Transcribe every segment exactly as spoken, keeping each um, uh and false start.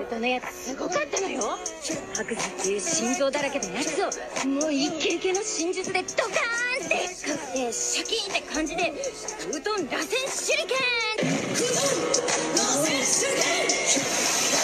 トのやつすごかったのよ。白山っていう心臓だらけのやつをもうイケイケの真術でドカーンってかってシャキーンって感じで空遁螺旋手裏剣。螺旋手裏剣。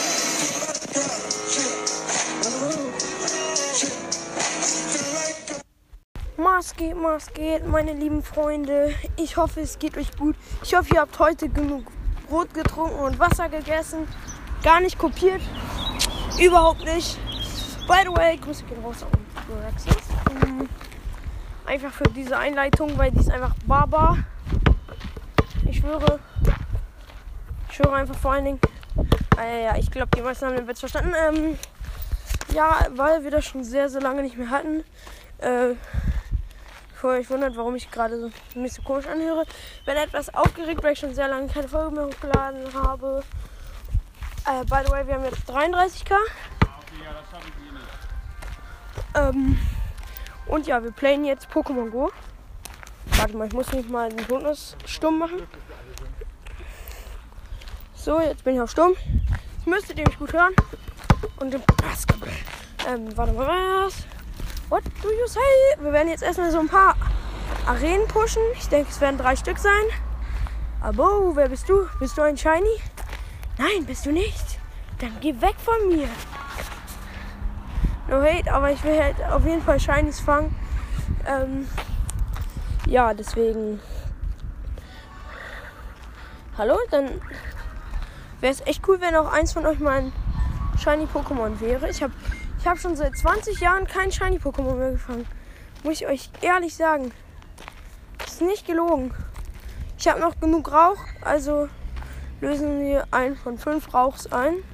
Was geht, was geht, meine lieben Freunde? Ich hoffe, es geht euch gut. Ich hoffe, ihr habt heute genug Brot getrunken und Wasser gegessen. Gar nicht kopiert. Überhaupt nicht. By the way, Grüße gehen raus an Alexis. Um, einfach für diese Einleitung, weil die ist einfach barbar. Ich schwöre. Ich schwöre einfach vor allen Dingen. Äh, ja, ich glaube, die meisten haben den Witz verstanden. Ähm, ja, weil wir das schon sehr, sehr lange nicht mehr hatten. Äh, Bevor ihr euch wundert, warum ich gerade so mich so komisch anhöre. Ich bin etwas aufgeregt, weil ich schon sehr lange keine Folge mehr hochgeladen habe. Äh, by the way, wir haben jetzt dreiunddreißig K. Okay, ja, das schaffe ich eh nicht. Ähm, und ja, wir playen jetzt Pokémon Go. Warte mal, ich muss nicht mal den Tonus stumm machen. So, jetzt bin ich auf stumm. Jetzt müsstet ihr mich gut hören. Und den Basketball. Ähm, warte mal, was? What do you say? Wir werden jetzt erstmal so ein paar Arenen pushen. Ich denke, es werden drei Stück sein. Abo, wer bist du? Bist du ein Shiny? Nein, bist du nicht. Dann geh weg von mir. No hate, aber ich will halt auf jeden Fall Shinies fangen. Ähm, ja, deswegen. Hallo? Dann wäre es echt cool, wenn auch eins von euch mal ein Shiny-Pokémon wäre. Ich habe Ich habe schon seit zwanzig Jahren kein Shiny-Pokémon mehr gefangen. Muss ich euch ehrlich sagen. Das ist nicht gelogen. Ich habe noch genug Rauch, also lösen wir einen von fünf Rauchs ein.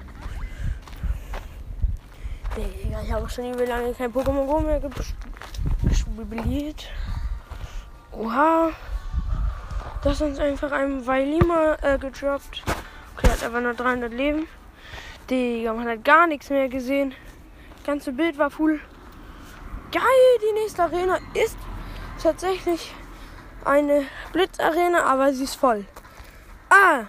Digga, ich habe auch schon übel lange kein Pokémon Go mehr gespielt. Oha. Das ist uns einfach ein Vailima äh, gedroppt. Okay, hat aber nur dreihundert Leben. Digga, man hat gar nichts mehr gesehen. Das ganze Bild war full. Geil, die nächste Arena ist tatsächlich eine Blitzarena, aber sie ist voll. Ah!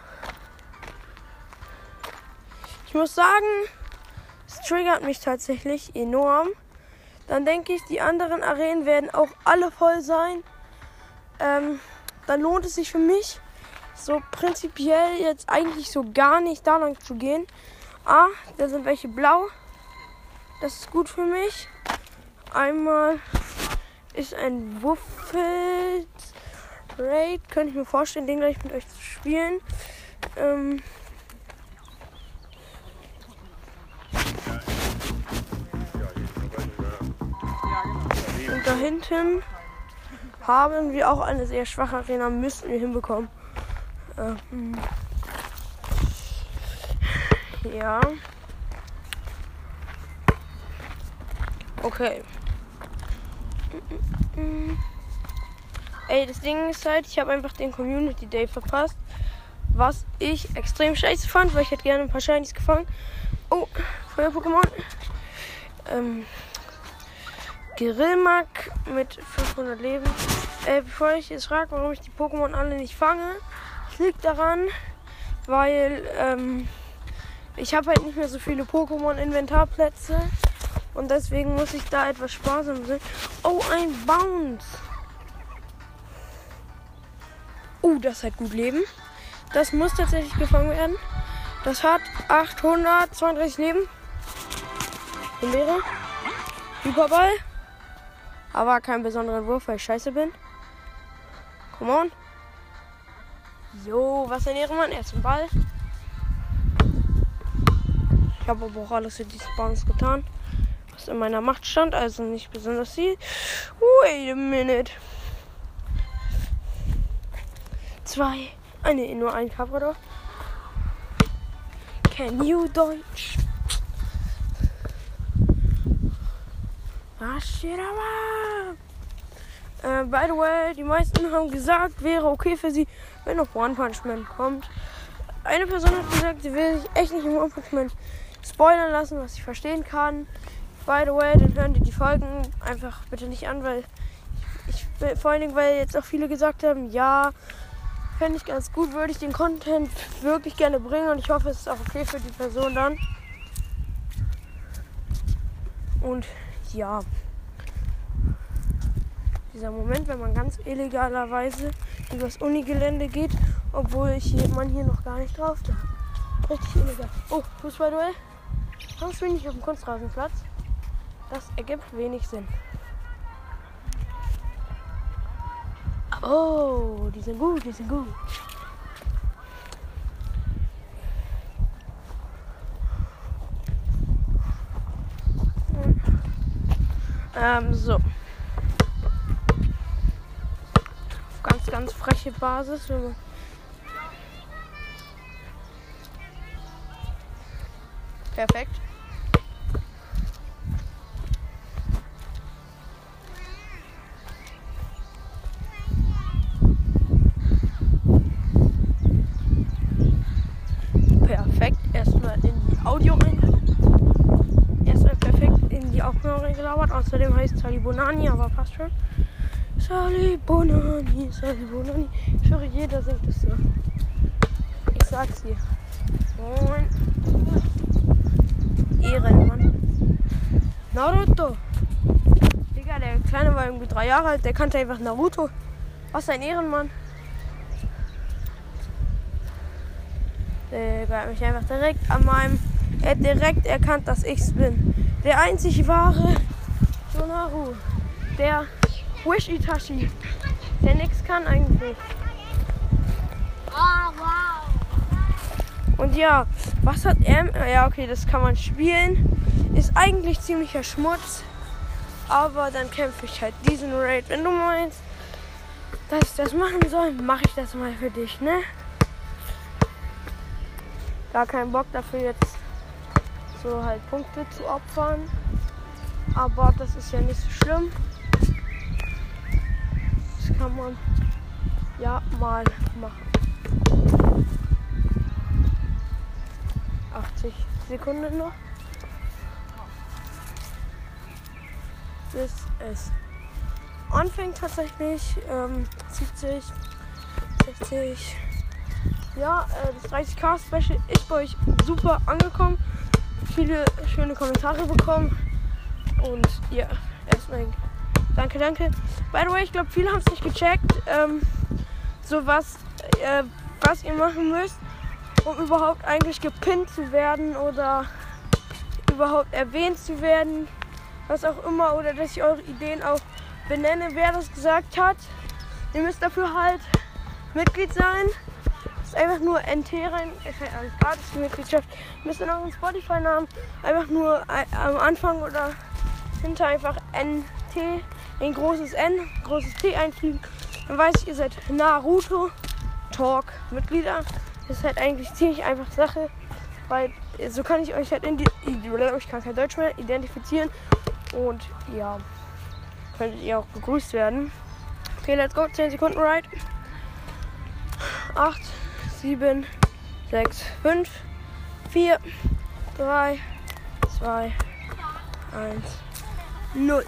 Ich muss sagen, es triggert mich tatsächlich enorm. Dann denke ich, die anderen Arenen werden auch alle voll sein. Ähm, dann lohnt es sich für mich, so prinzipiell jetzt eigentlich so gar nicht da lang zu gehen. Ah, da sind welche blau. Das ist gut für mich. Einmal ist ein Wuffel Raid. Könnte ich mir vorstellen, den gleich mit euch zu spielen. Ähm Und da hinten haben wir auch eine sehr schwache Arena. Müssten wir hinbekommen. Ähm ja. Okay. Ey, das Ding ist halt, ich habe einfach den Community Day verpasst. Was ich extrem scheiße fand, weil ich hätte gerne ein paar Shinies gefangen. Oh, Feuer-Pokémon. Ähm, Guerillmark mit fünfhundert Leben. Äh, bevor ich jetzt frage, warum ich die Pokémon alle nicht fange, das liegt daran, weil ähm, ich habe halt nicht mehr so viele Pokémon-Inventarplätze. Und deswegen muss ich da etwas sparsam sein. Oh, ein Bounce. Oh, das hat gut Leben. Das muss tatsächlich gefangen werden. Das hat achthundertzweiunddreißig Leben. Himbeere. Hyperball. Aber keinen besonderen Wurf, weil ich scheiße bin. Come on. Jo, was ein Ehrenmann. Ersten Ball. Ich habe aber auch alles für diese Bounce getan. Was in meiner Macht stand, also nicht besonders viel. Wait a minute. Zwei. Ah, nee, nur ein Labrador. Can you Deutsch? Was steht aber? Äh, by the way, die meisten haben gesagt, wäre okay für sie, wenn noch One Punch Man kommt. Eine Person hat gesagt, sie will sich echt nicht im One Punch Man spoilern lassen, was ich verstehen kann. By the way, dann hören die die Folgen einfach bitte nicht an, weil ich, ich vor allen Dingen, weil jetzt auch viele gesagt haben, ja, fände ich ganz gut, würde ich den Content wirklich gerne bringen und ich hoffe, es ist auch okay für die Person dann. Und ja, dieser Moment, wenn man ganz illegalerweise übers Unigelände geht, obwohl ich hier, man hier noch gar nicht drauf darf. Richtig illegal. Oh, Fußballduell. Warum spiele ich nicht auf dem Kunstrasenplatz? Das ergibt wenig Sinn. Oh, die sind gut, die sind gut. Ähm, so. Ganz, ganz freche Basis. Wenn man Perfekt. Perfekt. Erstmal in die Audio rein. Erstmal perfekt in die Aufnahme reingelabert. Außerdem heißt Sally Bonani, aber passt schon. Sally Bonani, Sally Bonani. Ich höre, jeder singt es so. Ich sag's dir. Moin. Ehrenmann. Naruto. Digga, der Kleine war irgendwie drei Jahre alt, der kannte einfach Naruto. Was ein Ehrenmann. Der hat mich einfach direkt an meinem... Er hat direkt erkannt, dass ich's bin. Der einzig wahre Sonaru. Der Wish Itachi. Der nix kann eigentlich. Oh, wow. Und ja, was hat er... Ja, okay, das kann man spielen. Ist eigentlich ziemlicher Schmutz. Aber dann kämpfe ich halt diesen Raid. Wenn du meinst, dass ich das machen soll, mache ich das mal für dich, ne? Gar keinen Bock dafür jetzt so halt Punkte zu opfern. Aber das ist ja nicht so schlimm. Das kann man ja mal machen. achtzig Sekunden noch. Bis es anfängt tatsächlich. Ähm, siebzig, sechzig. Ja, äh, das dreißig K Special ist bei euch super angekommen. Viele schöne Kommentare bekommen. Und ja, erstmal danke, danke. By the way, ich glaube, viele haben es nicht gecheckt. Ähm, so was, äh, was ihr machen müsst, um überhaupt eigentlich gepinnt zu werden oder überhaupt erwähnt zu werden. Was auch immer, oder dass ich eure Ideen auch benenne, wer das gesagt hat. Ihr müsst dafür halt Mitglied sein. Das ist einfach nur N T rein, also gratis die Mitgliedschaft. Ihr müsst dann auch einen Spotify-Namen einfach nur am Anfang oder hinter einfach N T, ein großes N, großes T einfügen. Dann weiß ich, ihr seid Naruto Talk Mitglieder. Das ist halt eigentlich ziemlich einfach Sache, weil so kann ich euch halt in die, ich kann kein Deutsch mehr identifizieren. Und ja, könntet ihr auch begrüßt werden. Okay, let's go. zehn Sekunden Ride. acht, sieben, sechs, fünf, vier, drei, zwei, eins, null.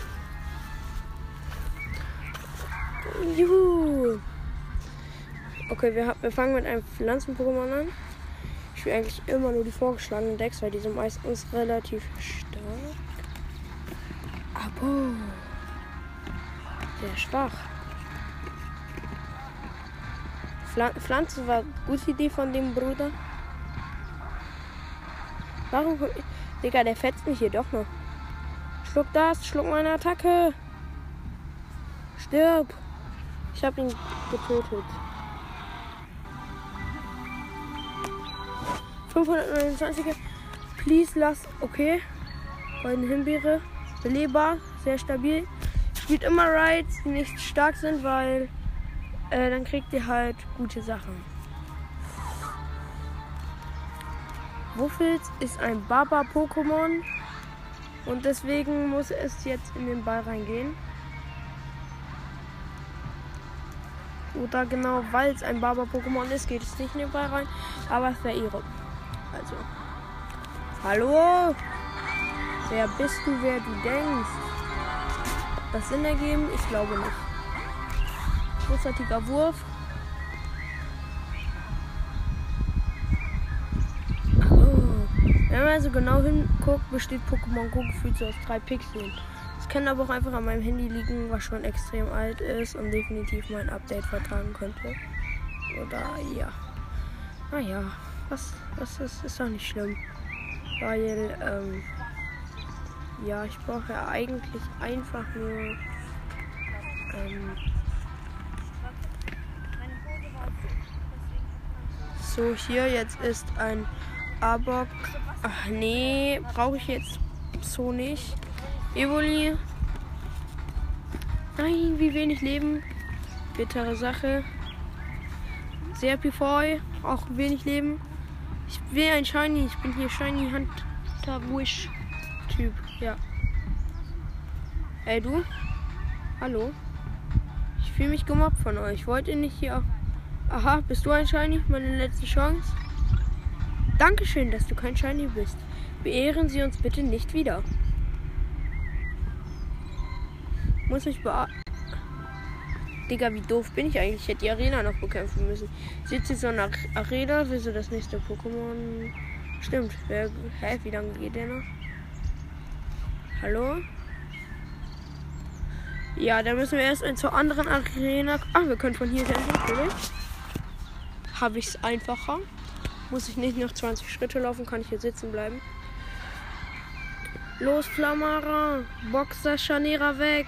Juhu. Okay, wir, wir fangen mit einem Pflanzen-Pokémon an. Ich spiele eigentlich immer nur die vorgeschlagenen Decks, weil die sind meistens relativ stark. Aber sehr schwach. Pfl- Pflanze war eine gute Idee von dem Bruder. Warum? Digga, der fetzt mich hier doch noch. Schluck das, schluck meine Attacke. Stirb. Ich hab ihn getötet. fünfhundertneunundzwanziger. Please lass. Okay. Goldene Himbeere. Belebbar. Sehr stabil. Spielt immer Rides, die nicht stark sind, weil äh, dann kriegt ihr halt gute Sachen. Wuffels ist ein Baba-Pokémon. Und deswegen muss es jetzt in den Ball reingehen. Oder genau, weil es ein Baba-Pokémon ist, geht es nicht in den Ball rein. Aber es wäre ihre. Also. Hallo? Wer bist du, wer du denkst? Das Sinn ergeben? Ich glaube nicht. Großartiger Wurf. Oh. Wenn man also genau hinguckt, besteht Pokémon Go gefühlt so aus drei Pixeln. Das kann aber auch einfach an meinem Handy liegen, was schon extrem alt ist und definitiv mein Update vertragen könnte. Oder ja. Naja, was, was ist, ist doch nicht schlimm. Weil, ähm, ja, ich brauche ja eigentlich einfach nur, ähm, so, hier jetzt ist ein Arbok. Ach nee, brauche ich jetzt so nicht. Evoli. Nein, wie wenig Leben. Bittere Sache. Serpifoi, auch wenig Leben. Ich will ein Shiny. Ich bin hier Shiny Hunter Wish Typ. Ja. Ey du? Hallo? Ich fühle mich gemobbt von euch. Wollt ihr nicht hier... Aha, bist du ein Shiny? Meine letzte Chance. Dankeschön, dass du kein Shiny bist. Beehren Sie uns bitte nicht wieder. Muss ich bea... Digga, wie doof bin ich eigentlich? Ich hätte die Arena noch bekämpfen müssen. Sitzt jetzt so eine Arena für so das nächste Pokémon. Stimmt. Wer... Hä? Wie lange geht der noch? Hallo? Ja, da müssen wir erst in zur anderen Arena. Ah, wir können von hier senden, natürlich. Habe ich es einfacher. Muss ich nicht noch zwanzig Schritte laufen, kann ich hier sitzen bleiben. Los, Flamara. Boxer Chanera weg.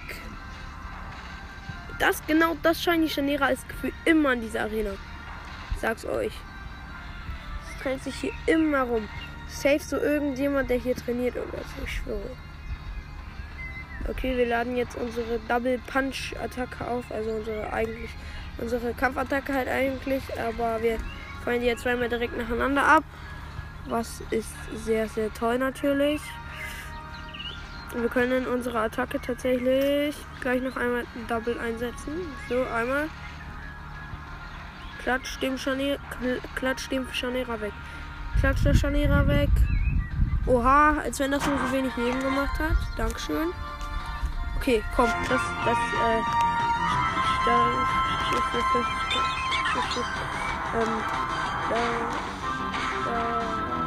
Das, genau das Shiny Chanera ist gefühlt immer in dieser Arena. Ich sag's euch. Es dreht sich hier immer rum. Safe so irgendjemand, der hier trainiert oder so, ich schwöre. Okay, wir laden jetzt unsere Double Punch Attacke auf, also unsere eigentlich unsere Kampfattacke halt eigentlich, aber wir fallen die jetzt zweimal direkt nacheinander ab, was ist sehr sehr toll natürlich. Wir können unsere Attacke tatsächlich gleich noch einmal Double einsetzen. So einmal Klatsch dem Chanera, Klatsch dem Chanera weg, Klatsch der Chanera weg. Oha, als wenn das nur so wenig Leben gemacht hat. Dankeschön. Okay, komm, das, das, äh, da, das, das, das, das, das, ähm, da, da,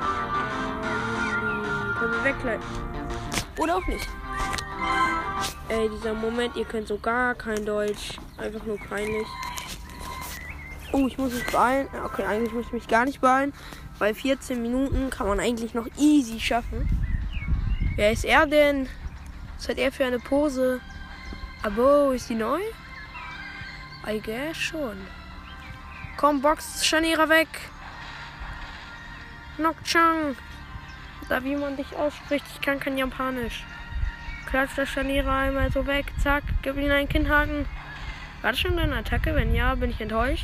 können wir wegleiten. Oder auch nicht. Ey, dieser Moment, ihr könnt so gar kein Deutsch. Einfach nur peinlich. Oh, ich muss mich beeilen. Okay, eigentlich muss ich mich gar nicht beeilen. Weil vierzehn Minuten kann man eigentlich noch easy schaffen. Wer ist er denn? Was hat er für eine Pose? Abo, ist die neu? I guess schon. Komm, Box Chanera weg. Nokchang. Da wie man dich ausspricht, ich kann kein Japanisch. Klatsch der Chanera einmal so weg. Zack, gib ihm einen Kinnhaken. War das schon deine Attacke? Wenn ja, bin ich enttäuscht.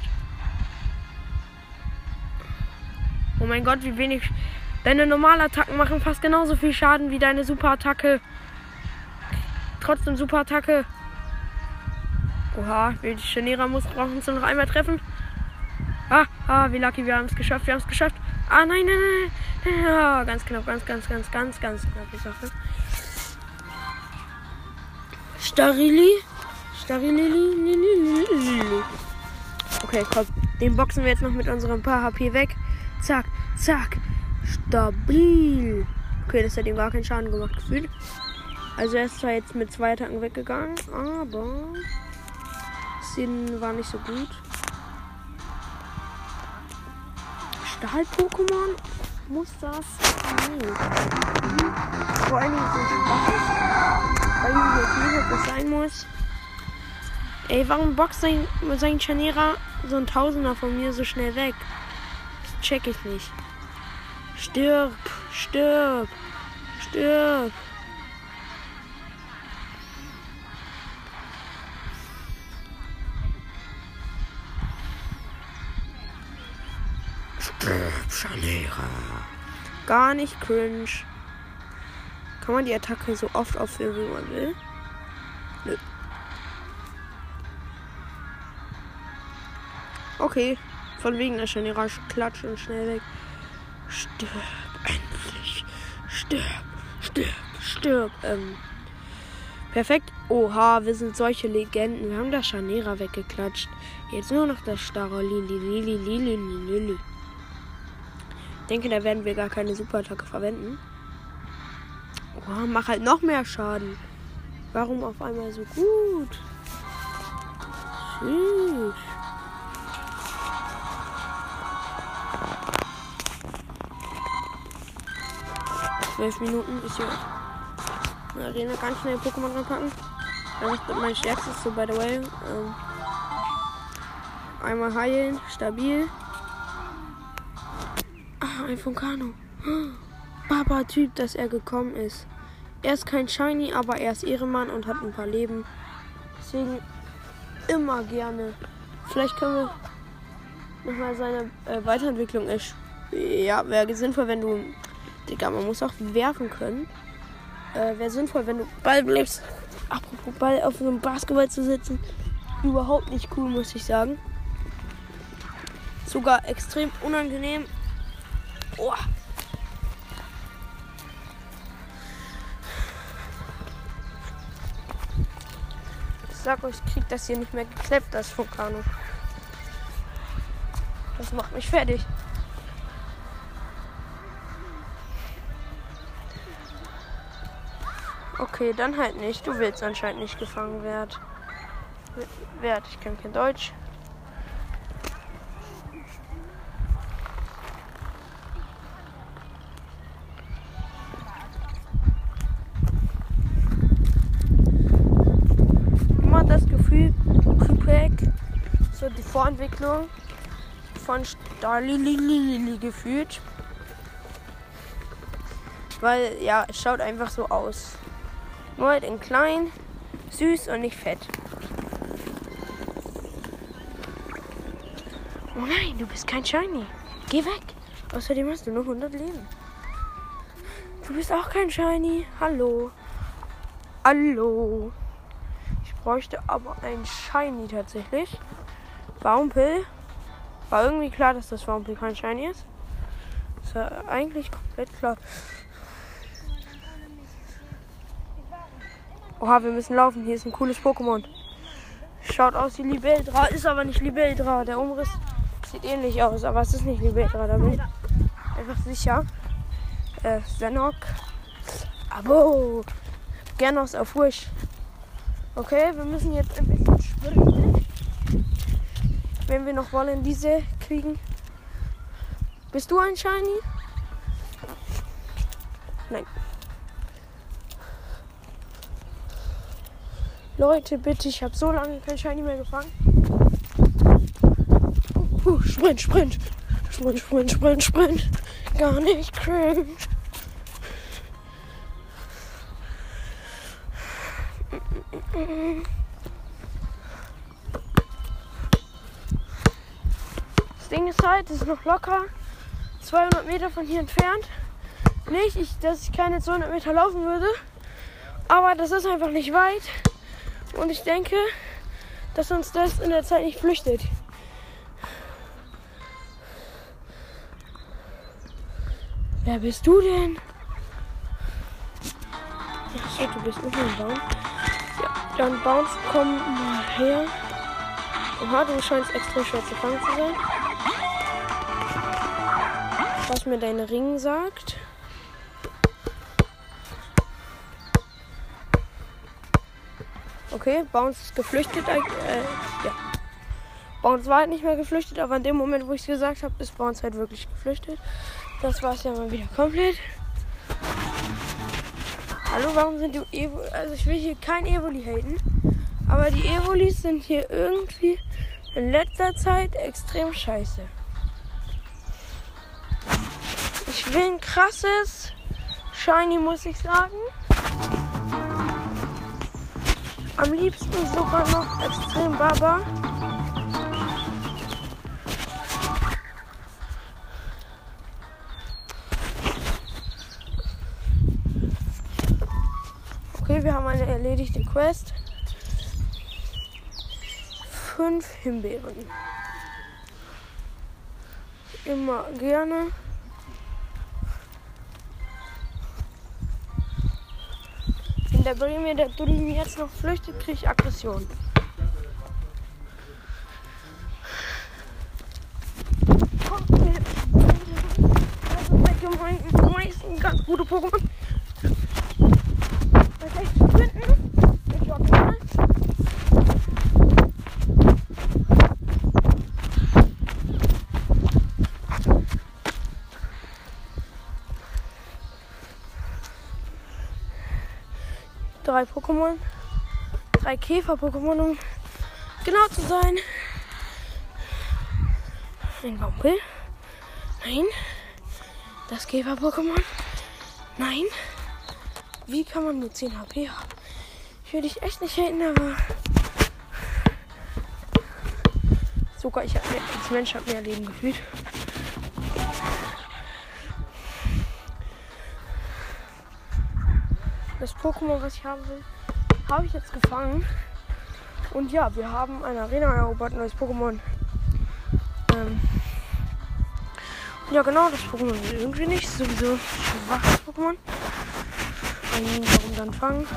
Oh mein Gott, wie wenig. Deine Normalattacken machen fast genauso viel Schaden wie deine Superattacke. Trotzdem Superattacke. Oha, die Chanera muss brauchen uns noch einmal treffen. Ah, ah, wie lucky, wir haben es geschafft, wir haben es geschafft. Ah, nein, nein, nein, nein. Ja, ganz knapp, ganz, ganz, ganz, ganz, ganz knappe Sache. Starili. Starili. Okay, komm. Den boxen wir jetzt noch mit unserem paar H P weg. Zack, zack. Stabil. Okay, das hat ihm gar keinen Schaden gemacht gefühlt. Also er ist zwar jetzt mit zwei Attacken weggegangen, aber Sinn war nicht so gut. Stahl-Pokémon? Muss das? Nee. Vor allen Dingen sind die Waffen. Weil ich nicht, ob das sein muss. Ey, warum boxt sein, sein Chanera so ein Tausender von mir so schnell weg? Das check ich nicht. Stirb, stirb, stirb. Stirb, Chanera. Gar nicht cringe. Kann man die Attacke so oft aufführen, wie man will? Nö. Okay. Von wegen der Chanera klatschen schnell weg. Stirb, endlich. Stirb, stirb, stirb. Ähm. Perfekt. Oha, wir sind solche Legenden. Wir haben das Chanera weggeklatscht. Jetzt nur noch das starre Lili, Lili, Lili, Lili. Ich denke, da werden wir gar keine Superattacke verwenden. Oh, mach halt noch mehr Schaden. Warum auf einmal so gut? Tschüss. Zwölf Minuten ist hier. In der Arena ganz schnell Pokémon reinpacken. Das ist mein stärkstes, so by the way. Ähm, einmal heilen, stabil. Ah, ein Funkano. Baba-Typ, dass er gekommen ist. Er ist kein Shiny, aber er ist Ehrenmann und hat ein paar Leben. Deswegen immer gerne. Vielleicht können wir nochmal seine äh, Weiterentwicklung ersch- Ja, wäre sinnvoll, wenn du... Digga, man muss auch werfen können. Äh, wäre sinnvoll, wenn du Ball bleibst. Apropos Ball, auf so einem Basketball zu sitzen. Überhaupt nicht cool, muss ich sagen. Sogar extrem unangenehm. Oh. Ich sag euch, ich krieg das hier nicht mehr gekleppt, das Funkano. Das macht mich fertig. Okay, dann halt nicht. Du willst anscheinend nicht gefangen werden. Werd, ich kann kein Deutsch. Immer das Gefühl, so die Vorentwicklung von Starlili gefühlt. Weil, ja, es schaut einfach so aus. Nur halt in klein, süß und nicht fett. Oh nein, du bist kein Shiny. Geh weg. Außerdem hast du nur hundert Leben. Du bist auch kein Shiny. Hallo. Hallo. Ich bräuchte aber ein Shiny tatsächlich. Baumpel. War irgendwie klar, dass das Baumpel kein Shiny ist. Das war eigentlich komplett klar. Oha, wir müssen laufen. Hier ist ein cooles Pokémon. Schaut aus wie Libeldra. Ist aber nicht Libeldra. Der Umriss sieht ähnlich aus, aber es ist nicht Libeldra. Da bin ich einfach sicher. Äh, Zenok. Abo. Gernos auf Wish. Okay, wir müssen jetzt ein bisschen sprinten. Wenn wir noch wollen, diese kriegen. Bist du ein Shiny? Nein. Leute, bitte, ich habe so lange kein Shiny mehr gefangen. Uh, Sprint, Sprint. Sprint, Sprint, Sprint, Sprint. Gar nicht cringe. Das Ding ist halt, es ist noch locker zweihundert Meter von hier entfernt. Nicht, ich, dass ich keine zweihundert Meter laufen würde. Aber das ist einfach nicht weit. Und ich denke, dass uns das in der Zeit nicht flüchtet. Wer bist du denn? Ach shit, du bist nicht mehr im Baum. Ja, dann Bounce, komm mal her. Oha, du scheinst extrem schwer zu fangen zu sein. Was mir dein Ring sagt. Okay, Bounce ist geflüchtet. Äh, ja. Bounce war halt nicht mehr geflüchtet, aber in dem Moment, wo ich es gesagt habe, ist Bounce halt wirklich geflüchtet. Das war es ja mal wieder komplett. Hallo, warum sind die Evo... Also ich will hier kein Evoli haten, aber die Evolis sind hier irgendwie in letzter Zeit extrem scheiße. Ich will ein krasses Shiny, muss ich sagen. Am liebsten sogar noch extrem Baba. Okay, wir haben eine erledigte Quest. Fünf Himbeeren. Immer gerne. Wenn der Bremer, der drüben jetzt noch flüchtet, kriege ich Aggression. Käfer-Pokémon. Bei gleich zu finden. Mit Jockey. Drei Pokémon. Drei Käfer-Pokémon, um genau zu sein. Ein Wampel. Nein. Das Käfer-Pokémon. Nein. Wie kann man nur zehn H P haben? Ich will dich echt nicht haten, aber... Sogar ich hab mehr, als Mensch habe mehr Leben gefühlt. Das Pokémon, was ich haben will, habe ich jetzt gefangen. Und ja, wir haben eine Arena erobert, ein neues Pokémon. Ähm ja, genau, das Pokémon will irgendwie nicht. Sowieso ein schwaches Pokémon. Warum dann fangen?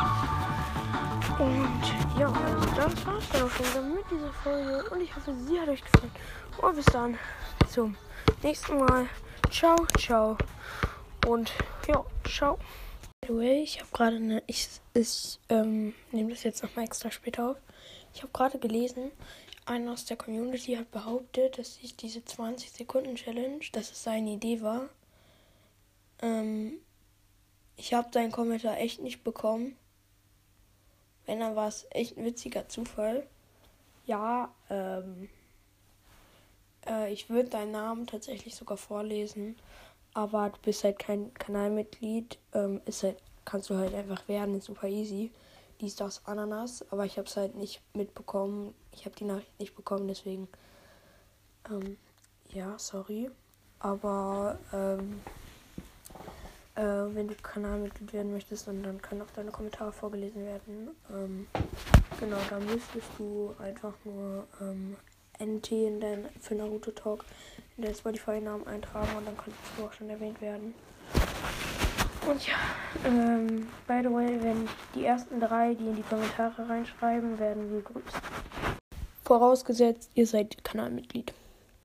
Und ja, also das war's dann auch schon wieder mit dieser Folge. Und ich hoffe, sie hat euch gefallen. Und bis dann zum nächsten Mal. Ciao, ciao. Und ja, ciao. By the way, ich habe gerade eine, ich, ich ähm, nehme das jetzt nochmal extra später auf. Ich habe gerade gelesen, einer aus der Community hat behauptet, dass ich diese zwanzig Sekunden Challenge, dass es seine Idee war. Ähm, ich habe seinen Kommentar echt nicht bekommen. Wenn, dann war es echt ein witziger Zufall. Ja, ähm, äh, ich würde deinen Namen tatsächlich sogar vorlesen. Aber du bist halt kein Kanalmitglied, ähm, ist halt, kannst du halt einfach werden, ist super easy. Dies, das, Ananas, aber ich habe es halt nicht mitbekommen. Ich habe die Nachricht nicht bekommen, deswegen, ähm, ja, sorry. Aber, ähm, äh, wenn du Kanalmitglied werden möchtest, dann, dann können auch deine Kommentare vorgelesen werden. Ähm, genau, da müsstest du einfach nur, ähm, N T in dein, für Naruto Talk in den Spotify-Namen eintragen und dann kannst du auch schon erwähnt werden. Und ja, ähm, by the way, wenn die ersten drei, die in die Kommentare reinschreiben, werden gegrüßt. Vorausgesetzt, ihr seid Kanalmitglied.